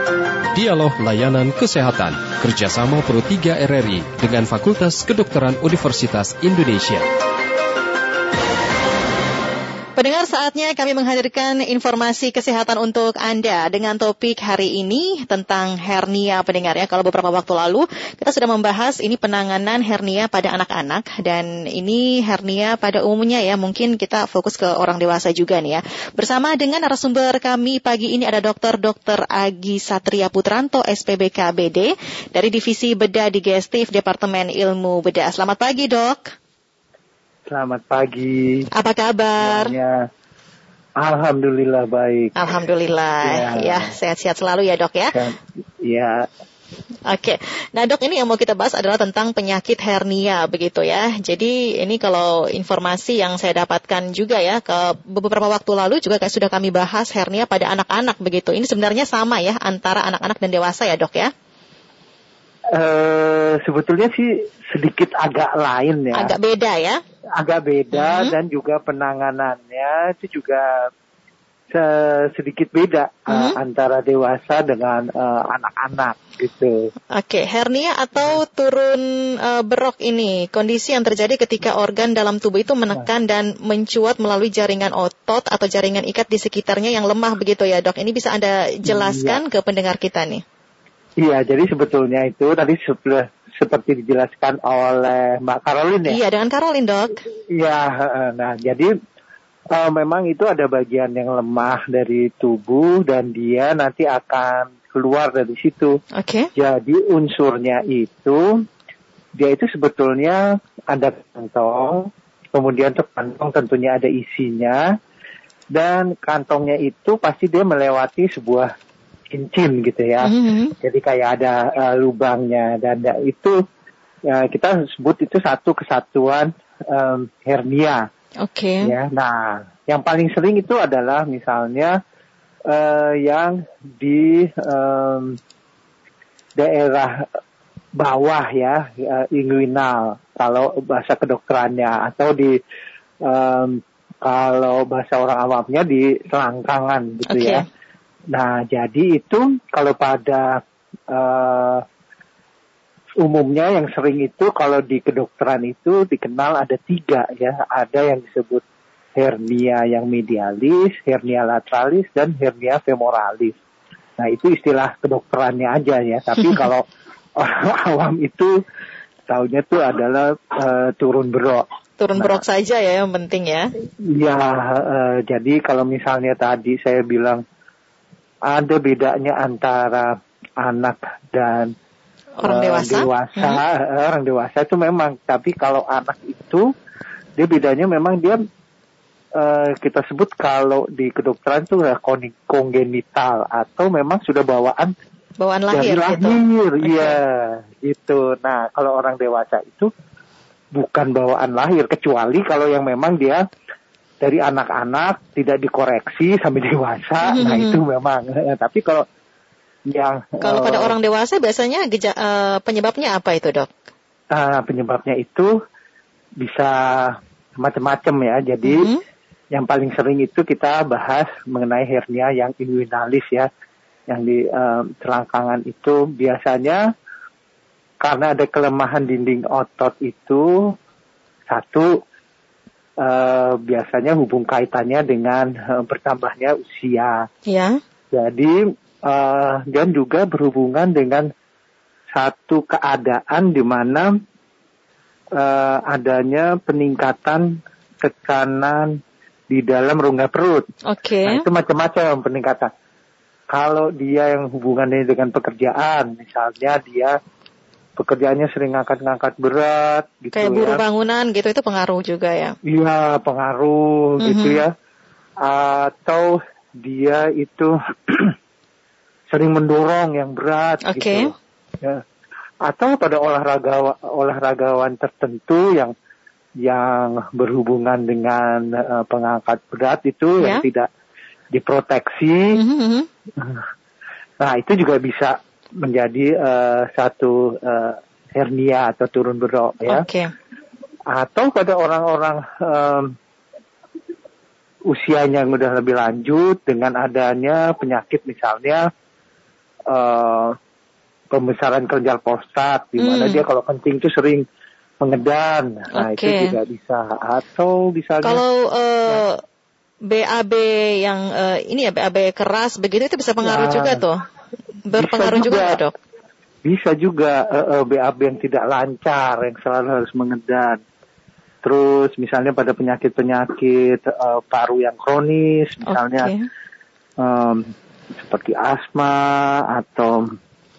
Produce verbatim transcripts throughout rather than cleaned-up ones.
Dialog Layanan Kesehatan kerjasama Pro tiga R R I dengan Fakultas Kedokteran Universitas Indonesia. Pendengar, saatnya kami menghadirkan informasi kesehatan untuk Anda dengan topik hari ini tentang hernia, pendengar ya. Kalau beberapa waktu lalu kita sudah membahas ini penanganan hernia pada anak-anak, dan ini hernia pada umumnya ya, mungkin kita fokus ke orang dewasa juga nih ya. Bersama dengan narasumber kami pagi ini ada Dokter Dokter Agi Satria Putranto, S P B K B D dari Divisi Bedah Digestif Departemen Ilmu Bedah. Selamat pagi, Dok. Selamat pagi. Apa kabar? Semuanya. Alhamdulillah baik. Alhamdulillah ya, ya sehat-sehat selalu ya, Dok ya. Ya. Oke, nah Dok, ini yang mau kita bahas adalah tentang penyakit hernia begitu ya. Jadi ini kalau informasi yang saya dapatkan juga ya, ke beberapa waktu lalu juga kayak sudah kami bahas hernia pada anak-anak begitu. Ini sebenarnya sama ya antara anak-anak dan dewasa ya, Dok ya? Uh, sebetulnya sih sedikit agak lain ya. Agak beda ya? Agak beda, mm-hmm. Dan juga penanganannya itu juga sedikit beda mm-hmm. uh, antara dewasa dengan uh, anak-anak gitu. Oke, okay. Hernia atau turun uh, berok ini kondisi yang terjadi ketika organ dalam tubuh itu menekan nah. dan mencuat melalui jaringan otot atau jaringan ikat di sekitarnya yang lemah begitu ya, Dok. Ini bisa Anda jelaskan iya. ke pendengar kita nih. Iya, jadi sebetulnya itu tadi sudah seperti dijelaskan oleh Mbak Caroline ya? Iya, dengan Caroline, Dok. Iya, nah jadi uh, memang itu ada bagian yang lemah dari tubuh dan dia nanti akan keluar dari situ. Oke. Okay. Jadi unsurnya itu, dia itu sebetulnya ada kantong, kemudian kantong tentunya ada isinya, dan kantongnya itu pasti dia melewati sebuah cincin gitu ya, mm-hmm. jadi kayak ada uh, lubangnya, dan uh, itu uh, kita sebut itu satu kesatuan um, hernia. Oke. Okay. Ya, nah yang paling sering itu adalah misalnya uh, yang di um, daerah bawah ya, uh, inguinal kalau bahasa kedokterannya, atau di um, kalau bahasa orang awamnya di selangkangan gitu okay. ya. Nah, jadi itu kalau pada uh, umumnya yang sering itu kalau di kedokteran itu dikenal ada tiga ya. Ada yang disebut hernia yang medialis, hernia lateralis, dan hernia femoralis. Nah, itu istilah kedokterannya aja ya. Tapi kalau orang awam itu taunya itu adalah uh, turun berok. Turun nah, berok saja ya yang penting ya. Ya, uh, jadi kalau misalnya tadi saya bilang ada bedanya antara anak dan orang dewasa. dewasa. Hmm. Orang dewasa itu memang, tapi kalau anak itu dia bedanya memang dia uh, kita sebut kalau di kedokteran itu kongenital atau memang sudah bawaan bawaan lahir, dari lahir, iya okay. gitu. Nah, kalau orang dewasa itu bukan bawaan lahir, kecuali kalau yang memang dia dari anak-anak tidak dikoreksi sampai dewasa, mm-hmm. nah itu memang. Tapi kalau yang kalau uh, pada orang dewasa biasanya geja, uh, penyebabnya apa itu, Dok? Uh, penyebabnya itu bisa macam-macam ya. Jadi mm-hmm. yang paling sering itu kita bahas mengenai hernia yang inguinalis ya, yang di uh, selangkangan itu biasanya karena ada kelemahan dinding otot itu satu. Uh, biasanya hubung kaitannya dengan uh, bertambahnya usia. Ya. Jadi uh, dan juga berhubungan dengan satu keadaan di mana uh, adanya peningkatan tekanan di dalam rongga perut. Oke. Okay. Nah, itu macam-macam peningkatan. Kalau dia yang hubungannya dengan pekerjaan, misalnya dia pekerjaannya sering ngangkat-ngangkat berat gitu. Kayak buruh ya. bangunan gitu, itu pengaruh juga ya? Iya, pengaruh mm-hmm. gitu ya. Atau dia itu sering mendorong yang berat okay. gitu. Ya. Atau pada olahraga olahragawan tertentu yang yang berhubungan dengan uh, pengangkat berat itu yeah. yang tidak diproteksi. Mm-hmm. Nah, itu juga bisa menjadi uh, satu uh, hernia atau turun berok ya. Okay. Atau pada orang-orang um, usianya yang udah lebih lanjut dengan adanya penyakit misalnya uh, pembesaran kelenjar prostat, di mana Hmm. dia kalau kencing itu sering mengedan. Nah, Oke. itu juga bisa. Atau misalnya Kalau uh, B A B yang uh, ini ya B A B keras begitu itu bisa pengaruh Ya, juga tuh. Berpengaruh bisa juga juga. nggak, Dok? bisa juga uh, uh, B A B yang tidak lancar, yang selalu harus mengedan. Terus misalnya pada penyakit-penyakit uh, paru yang kronis, misalnya Oke. um, seperti asma atau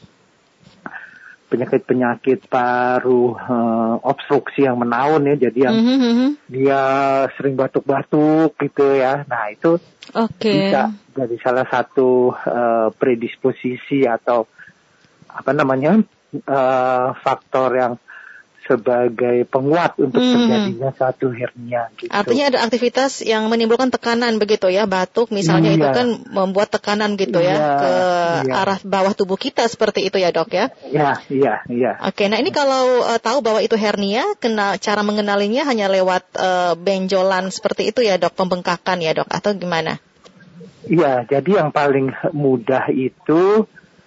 penyakit-penyakit paru uh, obstruksi yang menaun ya, jadi yang Mhm, mhm. dia sering batuk-batuk gitu ya. Nah itu Oke. bisa jadi salah satu uh, predisposisi atau apa namanya uh, faktor yang sebagai penguat untuk Hmm. terjadinya satu hernia gitu. Artinya ada aktivitas yang menimbulkan tekanan begitu ya, batuk misalnya Iya. itu kan membuat tekanan gitu ya Iya, ke iya. arah bawah tubuh kita seperti itu ya, Dok ya. Ya, iya, iya. Oke, nah ini kalau uh, tahu bahwa itu hernia, kena cara mengenalinya hanya lewat uh, benjolan seperti itu ya, Dok, pembengkakan ya, Dok, atau gimana? Iya, jadi yang paling mudah itu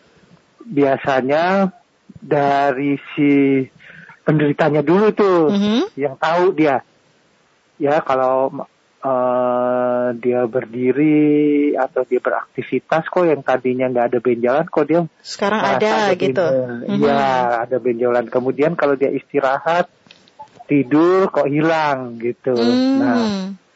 biasanya dari si penderitanya dulu tuh, Mhm. yang tahu dia. Ya, kalau uh, dia berdiri atau dia beraktivitas kok yang tadinya nggak ada benjolan, kok dia Sekarang merasa ada gitu. benjol. Mhm. Iya, ada benjolan. Kemudian kalau dia istirahat, tidur kok hilang gitu. Hmm. Nah,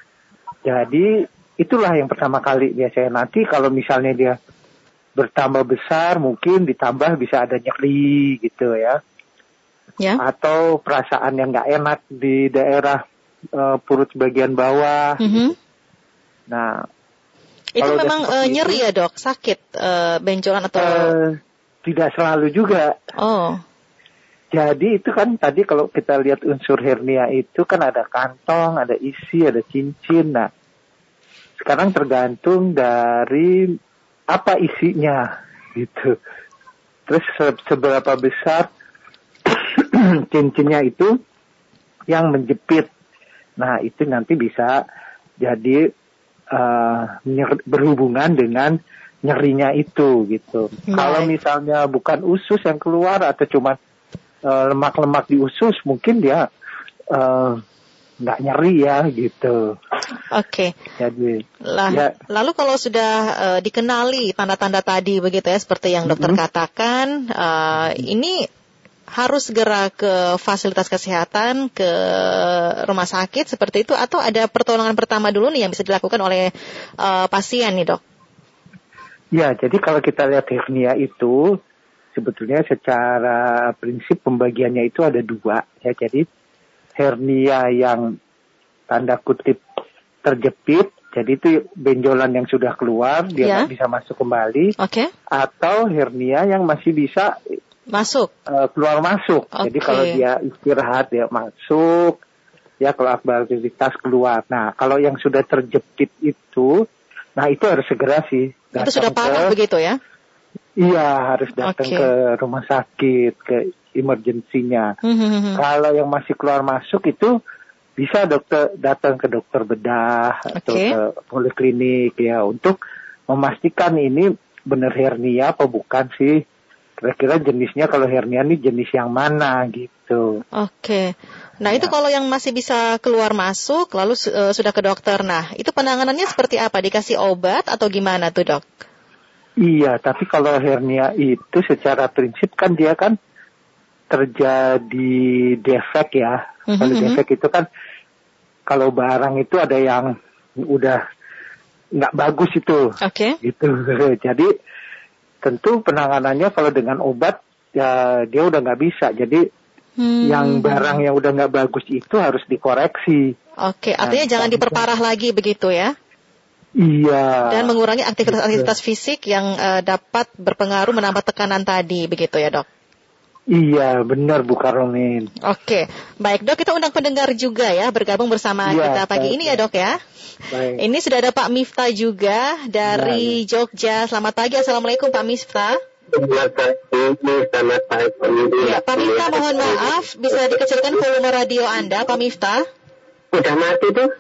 jadi itulah yang pertama kali biasanya. Nanti kalau misalnya dia bertambah besar, mungkin ditambah bisa ada nyeri gitu ya. Ya. Atau perasaan yang nggak enak di daerah uh, perut bagian bawah. Mhm. Nah, Itu kalau udah memang seperti uh, nyeri itu, ya, Dok, sakit uh, benjolan atau uh, tidak selalu juga. oh. Jadi itu kan tadi kalau kita lihat unsur hernia itu kan ada kantong, ada isi, ada cincin. Nah, sekarang tergantung dari apa isinya gitu. Terus se- seberapa besar cincinnya itu yang menjepit. Nah, itu nanti bisa jadi uh, nyer- berhubungan dengan nyerinya itu gitu. Baik. Kalau misalnya bukan usus yang keluar atau cuma uh, lemak-lemak di usus, mungkin dia uh, nggak nyeri ya gitu. Oke. Jadi Lah, ya. lalu kalau sudah uh, dikenali tanda-tanda tadi begitu ya, seperti yang dokter Mm-hmm. katakan, uh, ini harus segera ke fasilitas kesehatan, ke rumah sakit seperti itu, atau ada pertolongan pertama dulu nih yang bisa dilakukan oleh uh, pasien nih, Dok? Ya, jadi kalau kita lihat hernia itu sebetulnya secara prinsip pembagiannya itu ada dua ya. Jadi hernia yang tanda kutip terjepit, jadi itu benjolan yang sudah keluar, dia nggak Ya. bisa masuk kembali. Oke. Atau hernia yang masih bisa Masuk. uh, keluar masuk. Jadi Oke. kalau dia istirahat dia masuk, ya kalau aktivitas keluar. Nah, kalau yang sudah terjepit itu, nah itu harus segera sih. Itu sudah parah ke, begitu ya? Iya, harus datang Oke. ke rumah sakit, ke emergensinya. Hmm. Kalau yang masih keluar masuk itu bisa dokter datang ke dokter bedah atau Oke. ke poliklinik ya untuk memastikan ini benar hernia apa bukan sih. Kira-kira jenisnya kalau hernia ini jenis yang mana gitu. Oke. Nah, Ya. itu kalau yang masih bisa keluar masuk lalu uh, sudah ke dokter. Nah, itu penanganannya seperti apa? Dikasih obat atau gimana tuh, Dok? Iya, tapi kalau hernia itu secara prinsip kan dia kan terjadi defek ya. Mm-hmm. Kalau defek itu kan kalau barang itu ada yang udah nggak bagus itu. Oke. Gitu. Jadi tentu penanganannya kalau dengan obat ya dia udah nggak bisa. Jadi Hmm. yang barang yang udah nggak bagus itu harus dikoreksi. Oke, artinya Nah, jangan diperparah lagi begitu ya? Iya. Dan mengurangi aktivitas-aktivitas fisik yang uh, dapat berpengaruh menambah tekanan tadi, begitu ya, Dok? Iya, benar Bu Karonin. Oke, baik Dok, kita undang pendengar juga ya bergabung bersama Iya, kita pagi baik, ini ya, Dok ya. Baik. Ini sudah ada Pak Miftah juga dari Baik. Jogja. Selamat pagi, Assalamualaikum Pak Miftah. Selamat pagi, selamat pagi. Ya, Pak Miftah mohon maaf, bisa dikecilkan volume radio Anda, Pak Miftah? Udah mati tuh?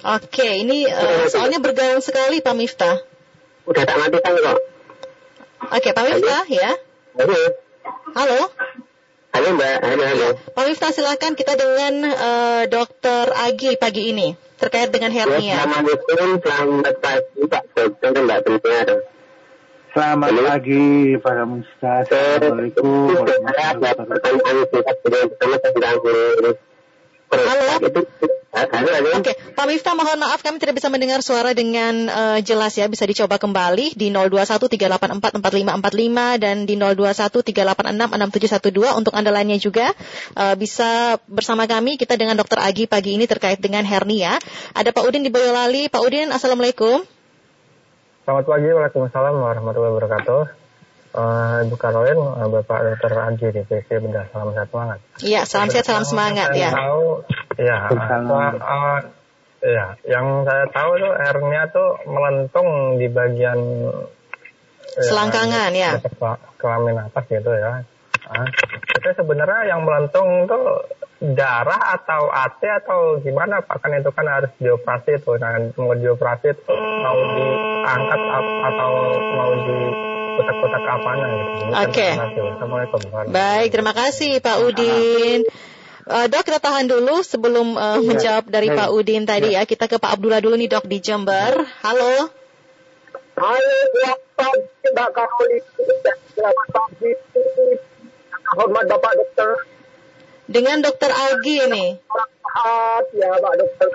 Oke, ini uh, soalnya bergaung sekali Pak Miftah. Udah tak matikan kok. Oke, Pak Miftah ya. Halo. Halo. Halo Mbak, halo halo. Ya, Pak Miftah silakan kita dengan uh, Dokter Agi pagi ini terkait dengan hernia. Ya, Assalamualaikum, selamat pagi Pak Dokter dan Mbak Penyiar. Selamat Halo. pagi Pak Ustaz. Assalamualaikum warahmatullahi wabarakatuh. Halo. Halo, halo. Oke, Pak Miftah mohon maaf kami tidak bisa mendengar suara dengan uh, jelas ya. Bisa dicoba kembali di nol dua satu tiga delapan empat empat lima empat lima dan di nol dua satu tiga delapan enam enam tujuh satu dua. Untuk Anda lainnya juga uh, bisa bersama kami kita dengan Dokter Agi pagi ini terkait dengan hernia. Ada Pak Udin di Boyolali. Pak Udin, Assalamualaikum. Selamat pagi, Waalaikumsalam warahmatullahi wabarakatuh. Uh, Ibu Karolin, uh, Bapak Dokter Agi di P C Bedah, salam sehat semangat. Iya, salam sehat, salam semangat ya. Tahu, ya, uh, uh, ya, yang saya tahu tuh hernia tuh melentung di bagian selangkangan ya. ya kelamin atas gitu ya. Uh, itu sebenarnya yang melentung tuh darah atau A T atau gimana Pak? Kan itu kan harus dioperasi tuh. Nah, mau dioperasi tuh mau diangkat atau mau di kotak-kotak apanya gitu. Oke. Assalamualaikum. Baik, terima kasih Pak Udin. Uh, dok, kita tahan dulu sebelum uh, menjawab dari Pak Udin tadi ya. Kita ke Pak Abdullah dulu nih Dok di Jember. Halo. Halo, selamat pagi Mbak Karolin. Selamat pagi. Hormat Bapak Dokter. Dengan Dokter Agi ini. Selamat ya Pak Dokter.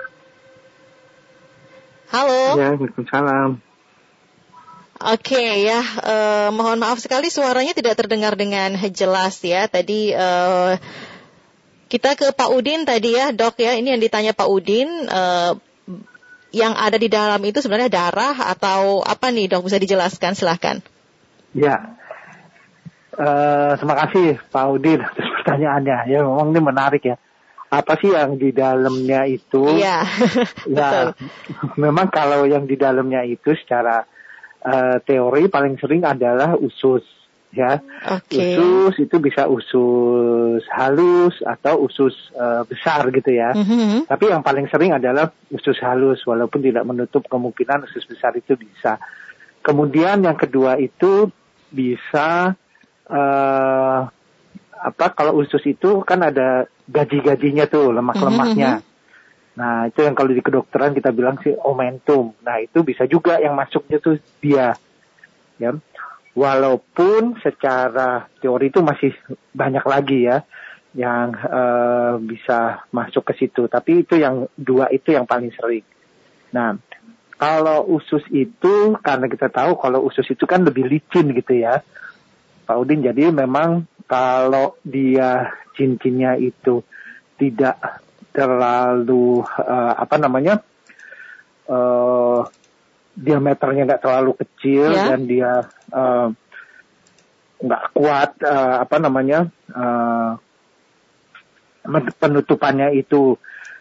Halo. Ya, Waalaikumsalam. Oke ya, uh, mohon maaf sekali suaranya tidak terdengar dengan jelas ya. Tadi uh, kita ke Pak Udin tadi ya Dok ya, ini yang ditanya Pak Udin, uh, yang ada di dalam itu sebenarnya darah atau apa nih Dok, bisa dijelaskan silahkan. Ya, uh, terima kasih Pak Udin atas pertanyaannya. Ya memang ini menarik ya. Apa sih yang di dalamnya itu? Iya, ya, memang kalau yang di dalamnya itu secara Uh, teori paling sering adalah usus, ya. Okay. Usus itu bisa usus halus atau usus uh, besar gitu ya. Mm-hmm. Tapi yang paling sering adalah usus halus, walaupun tidak menutup kemungkinan usus besar itu bisa. Kemudian yang kedua itu bisa uh, apa? Kalau usus itu kan ada gaji-gajinya tuh, lemak-lemaknya. Mm-hmm. Nah, itu yang kalau di kedokteran kita bilang sih omentum. Nah, itu bisa juga yang masuknya tuh dia. Ya. Walaupun secara teori itu masih banyak lagi ya yang uh, bisa masuk ke situ. Tapi itu yang dua itu yang paling sering. Nah, kalau usus itu karena kita tahu kalau usus itu kan lebih licin gitu ya. Pak Udin, jadi memang kalau dia cincinnya itu tidak terlalu uh, apa namanya uh, diameternya nggak terlalu kecil yeah. dan dia nggak uh, kuat uh, apa namanya uh, penutupannya itu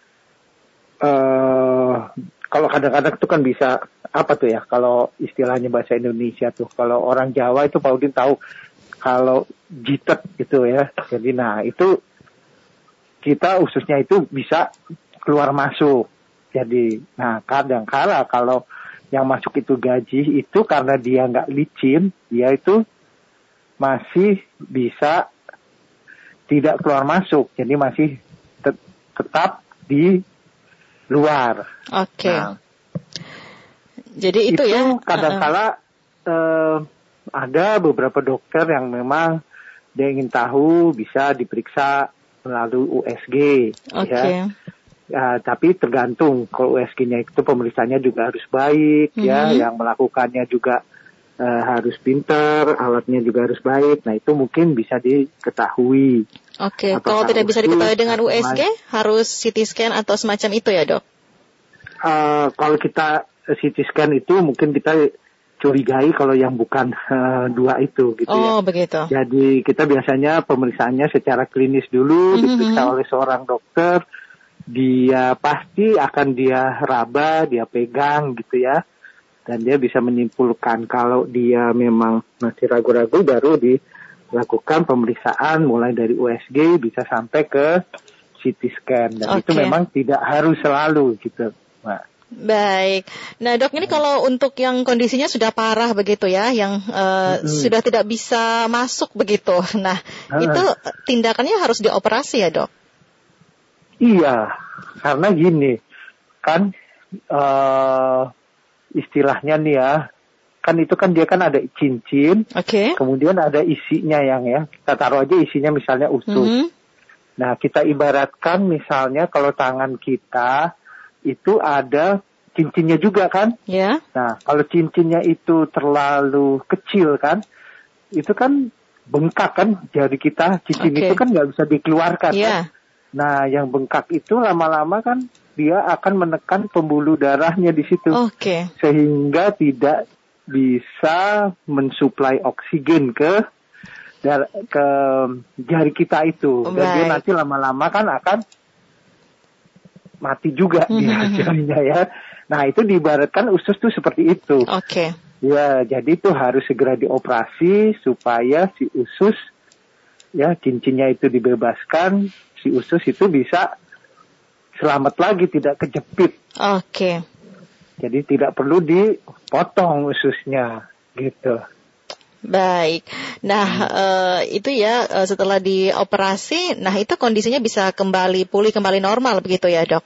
uh, kalau kadang-kadang itu kan bisa apa tuh ya kalau istilahnya bahasa Indonesia tuh kalau orang Jawa itu Pak Udin tahu kalau jitet gitu ya. Jadi nah itu kita ususnya itu bisa keluar masuk. Jadi, nah kadang-kala kalau yang masuk itu gaji itu karena dia nggak licin, dia itu masih bisa tidak keluar masuk. Jadi masih te- tetap di luar. Oke. Okay. Nah, jadi itu, itu ya. Kadang-kala uh-uh. uh, ada beberapa dokter yang memang dia ingin tahu bisa diperiksa melalui U S G, okay. ya. Ya, tapi tergantung kalau U S G-nya itu pemeriksaannya juga harus baik, mm-hmm. ya, yang melakukannya juga uh, harus pintar, alatnya juga harus baik. Nah itu mungkin bisa diketahui. Oke, okay. Kalau tidak bisa diketahui dengan U S G, harus C T scan atau semacam itu ya dok? Uh, kalau kita C T scan itu mungkin kita curigai kalau yang bukan uh, dua itu gitu oh, ya. Oh begitu. Jadi kita biasanya pemeriksaannya secara klinis dulu, mm-hmm. diperiksa oleh seorang dokter, dia pasti akan dia raba, dia pegang gitu ya, dan dia bisa menyimpulkan kalau dia memang masih ragu-ragu baru dilakukan pemeriksaan mulai dari U S G bisa sampai ke C T scan dan okay. itu memang tidak harus selalu gitu. Nah. Baik. Nah dok, ini kalau untuk yang kondisinya sudah parah begitu ya, yang uh, hmm. sudah tidak bisa masuk begitu. Nah hmm. itu tindakannya harus dioperasi ya dok? Iya, karena gini, kan uh, istilahnya nih ya, kan itu kan dia kan ada cincin, okay. kemudian ada isinya yang ya, kita taruh aja isinya misalnya usus. Hmm. Nah kita ibaratkan misalnya kalau tangan kita itu ada cincinnya juga kan? Ya. Yeah. Nah, kalau cincinnya itu terlalu kecil kan, itu kan bengkak kan jari kita, cincin okay. itu kan nggak bisa dikeluarkan. Yeah. Kan? Nah, yang bengkak itu lama-lama kan dia akan menekan pembuluh darahnya di situ, okay. sehingga tidak bisa mensuplai oksigen ke dar- ke jari kita itu. Dan dia nanti lama-lama kan akan mati juga dia jarinya ya. Nah itu diibaratkan usus tuh seperti itu. Oke. Okay. Ya jadi itu harus segera dioperasi supaya si usus ya cincinnya itu dibebaskan, si usus itu bisa selamat lagi, tidak kejepit. Oke. Okay. Jadi tidak perlu dipotong ususnya gitu. Baik. Nah, hmm. uh, itu ya uh, setelah dioperasi, nah itu kondisinya bisa kembali pulih, kembali normal begitu ya, Dok?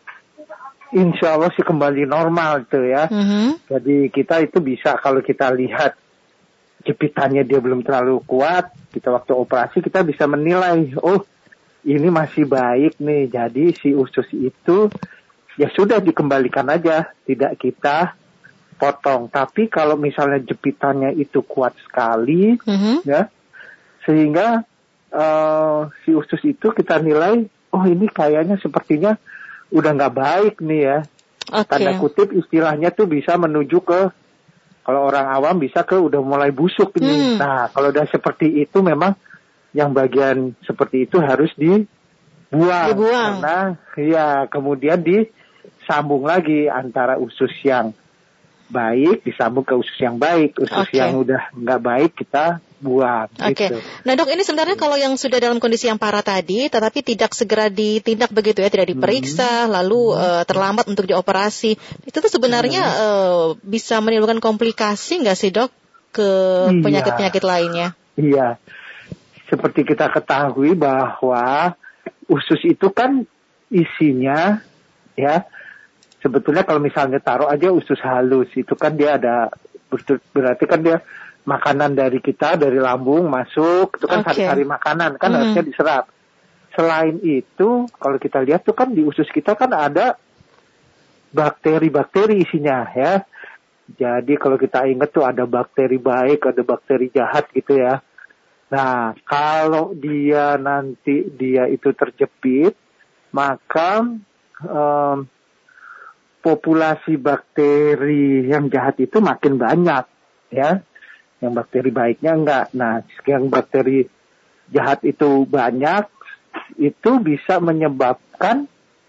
Insya Allah sih kembali normal tuh ya. Hmm. Jadi kita itu bisa kalau kita lihat jepitannya dia belum terlalu kuat, kita waktu operasi kita bisa menilai, oh ini masih baik nih. Jadi si usus itu ya sudah dikembalikan aja, tidak kita potong. Tapi kalau misalnya jepitannya itu kuat sekali, mm-hmm. ya, sehingga uh, si usus itu kita nilai, oh ini kayaknya sepertinya udah nggak baik nih ya. Okay. Tanda kutip istilahnya tuh bisa menuju ke, kalau orang awam bisa ke udah mulai busuk ini. Mm. Nah kalau udah seperti itu memang yang bagian seperti itu harus dibuang. Dibuang. Karena ya kemudian disambung lagi antara usus yang baik disambung ke usus yang baik, usus okay. yang udah nggak baik kita buang. Oke. Okay. Gitu. Nah dok, ini sebenarnya kalau yang sudah dalam kondisi yang parah tadi, tetapi tidak segera ditindak begitu ya, tidak diperiksa, hmm. lalu hmm. Uh, terlambat untuk dioperasi, itu tuh sebenarnya hmm. uh, bisa menimbulkan komplikasi nggak sih dok ke iya. penyakit-penyakit lainnya? Iya. Seperti kita ketahui bahwa usus itu kan isinya ya. Sebetulnya kalau misalnya taruh aja usus halus, itu kan dia ada, berarti kan dia makanan dari kita, dari lambung masuk, itu kan okay. sari-sari makanan, kan mm-hmm. harusnya diserap. Selain itu, kalau kita lihat tuh kan di usus kita kan ada bakteri-bakteri isinya ya. Jadi kalau kita ingat tuh ada bakteri baik, ada bakteri jahat gitu ya. Nah, kalau dia nanti dia itu terjepit, maka um, populasi bakteri yang jahat itu makin banyak, ya. Yang bakteri baiknya enggak. Nah, yang bakteri jahat itu banyak, itu bisa menyebabkan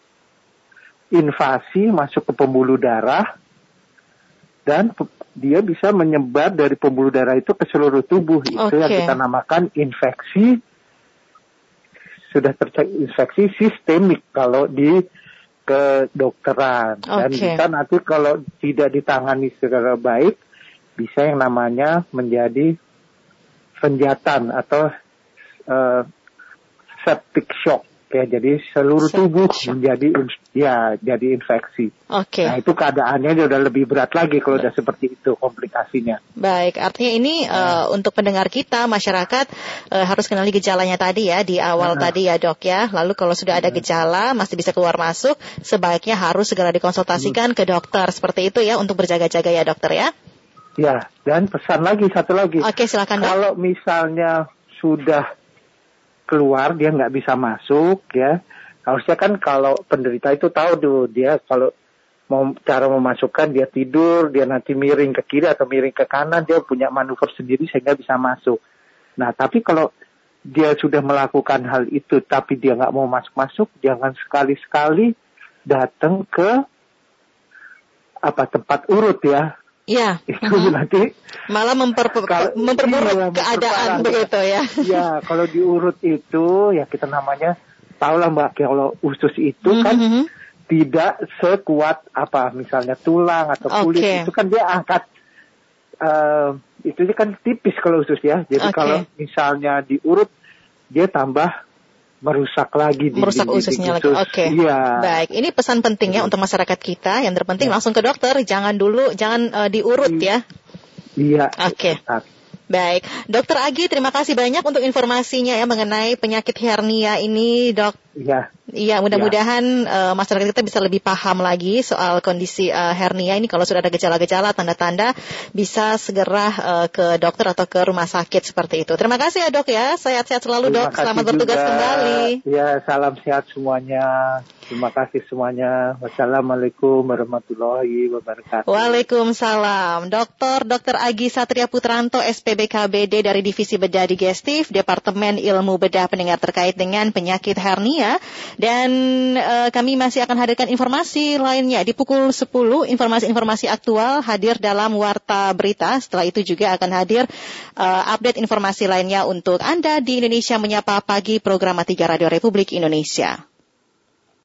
invasi masuk ke pembuluh darah, dan dia bisa menyebar dari pembuluh darah itu ke seluruh tubuh. Itu okay. yang kita namakan infeksi, sudah terinfeksi sistemik kalau di kedokteran. Okay. Dan bisa nanti kalau tidak ditangani secara baik, bisa yang namanya menjadi senjatan atau uh, septic shock. Ya, jadi seluruh septic tubuh shock. menjadi ya jadi infeksi. Oke. Okay. Nah itu keadaannya udah lebih berat lagi kalau udah seperti itu komplikasinya. Baik, artinya ini nah. uh, untuk pendengar kita masyarakat uh, harus kenali gejalanya tadi ya di awal nah. tadi ya dok ya. Lalu kalau sudah ada gejala masih bisa keluar masuk, sebaiknya harus segera dikonsultasikan hmm. ke dokter seperti itu ya untuk berjaga-jaga ya dokter ya. Ya, dan pesan lagi satu lagi. Oke, silakan dok. Kalau misalnya sudah keluar dia nggak bisa masuk ya, harusnya kan kalau penderita itu tahu tuh dia kalau mau cara memasukkan dia tidur, dia nanti miring ke kiri atau miring ke kanan, dia punya manuver sendiri sehingga bisa masuk. Nah tapi kalau dia sudah melakukan hal itu tapi dia nggak mau masuk-masuk, jangan sekali-sekali datang ke apa tempat urut ya. Iya. Itu uh-huh. nanti malah memper- kalau, memperburuk iya, keadaan begitu ya. Ya, kalau diurut itu ya kita namanya tahulah Mbak, kalau usus itu uh-huh. kan tidak sekuat apa misalnya tulang atau kulit. Okay. Itu kan dia angkat uh, itu kan tipis kalau usus ya. Jadi okay. kalau misalnya diurut dia tambah merusak lagi di, merusak di, di, ususnya di lagi. usus. Oke. Okay. Iya. Baik, ini pesan penting ya untuk masyarakat kita. Yang terpenting ya. Langsung ke dokter, jangan dulu jangan uh, diurut ya. Iya. Oke. Okay. Baik, Dokter Agi, terima kasih banyak untuk informasinya ya mengenai penyakit hernia ini, Dok. Iya. Iya, mudah-mudahan ya. uh, masyarakat kita bisa lebih paham lagi soal kondisi uh, hernia ini. Kalau sudah ada gejala-gejala, tanda-tanda, bisa segera uh, ke dokter atau ke rumah sakit seperti itu. Terima kasih ya, Dok ya. Sehat-sehat selalu, Dok. Selamat bertugas juga. Kembali. Ya, salam sehat semuanya. Terima kasih semuanya. Wassalamualaikum warahmatullahi wabarakatuh. Waalaikumsalam. Dokter Dokter Agi Satria Putranto, S P B K B D dari Divisi Bedah Digestif, Departemen Ilmu Bedah Pendengar terkait dengan penyakit hernia. Dan uh, kami masih akan hadirkan informasi lainnya di pukul sepuluh, informasi-informasi aktual hadir dalam Warta Berita. Setelah itu juga akan hadir uh, update informasi lainnya untuk Anda di Indonesia Menyapa Pagi, program tiga Radio Republik Indonesia.